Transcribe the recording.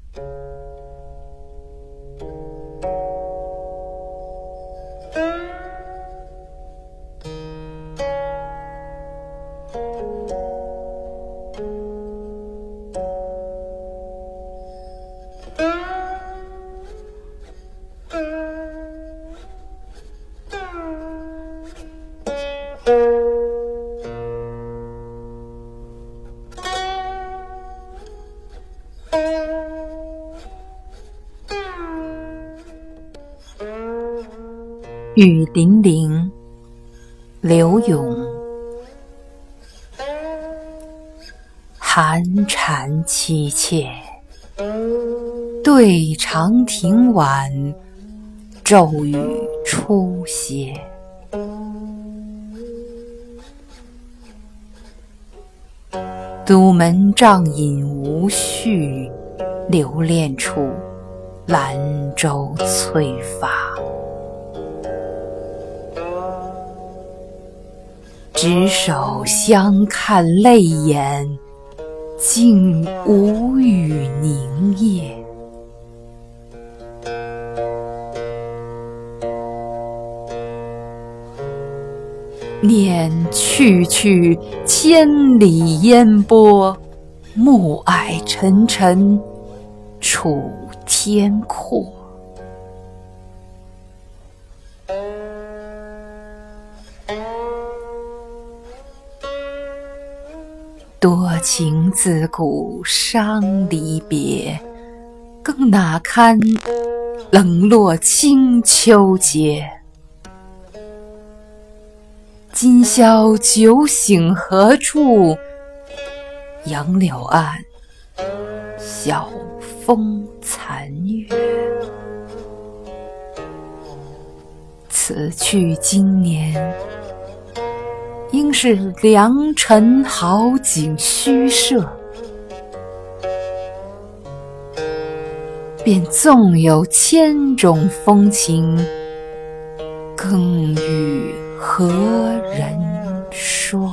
雨霖铃，刘永。寒蝉凄切，对长亭晚，骤雨初歇。都门帐饮无绪，留恋处，兰舟催发。执手相看泪眼，竟无语凝噎。念去去千里烟波，暮霭沉沉楚天阔。多情自古伤离别，更哪堪冷落清秋节。今宵酒醒何处？杨柳岸，晓风残月。此去经年，应是良辰好景虚设，便纵有千种风情，更与何人说？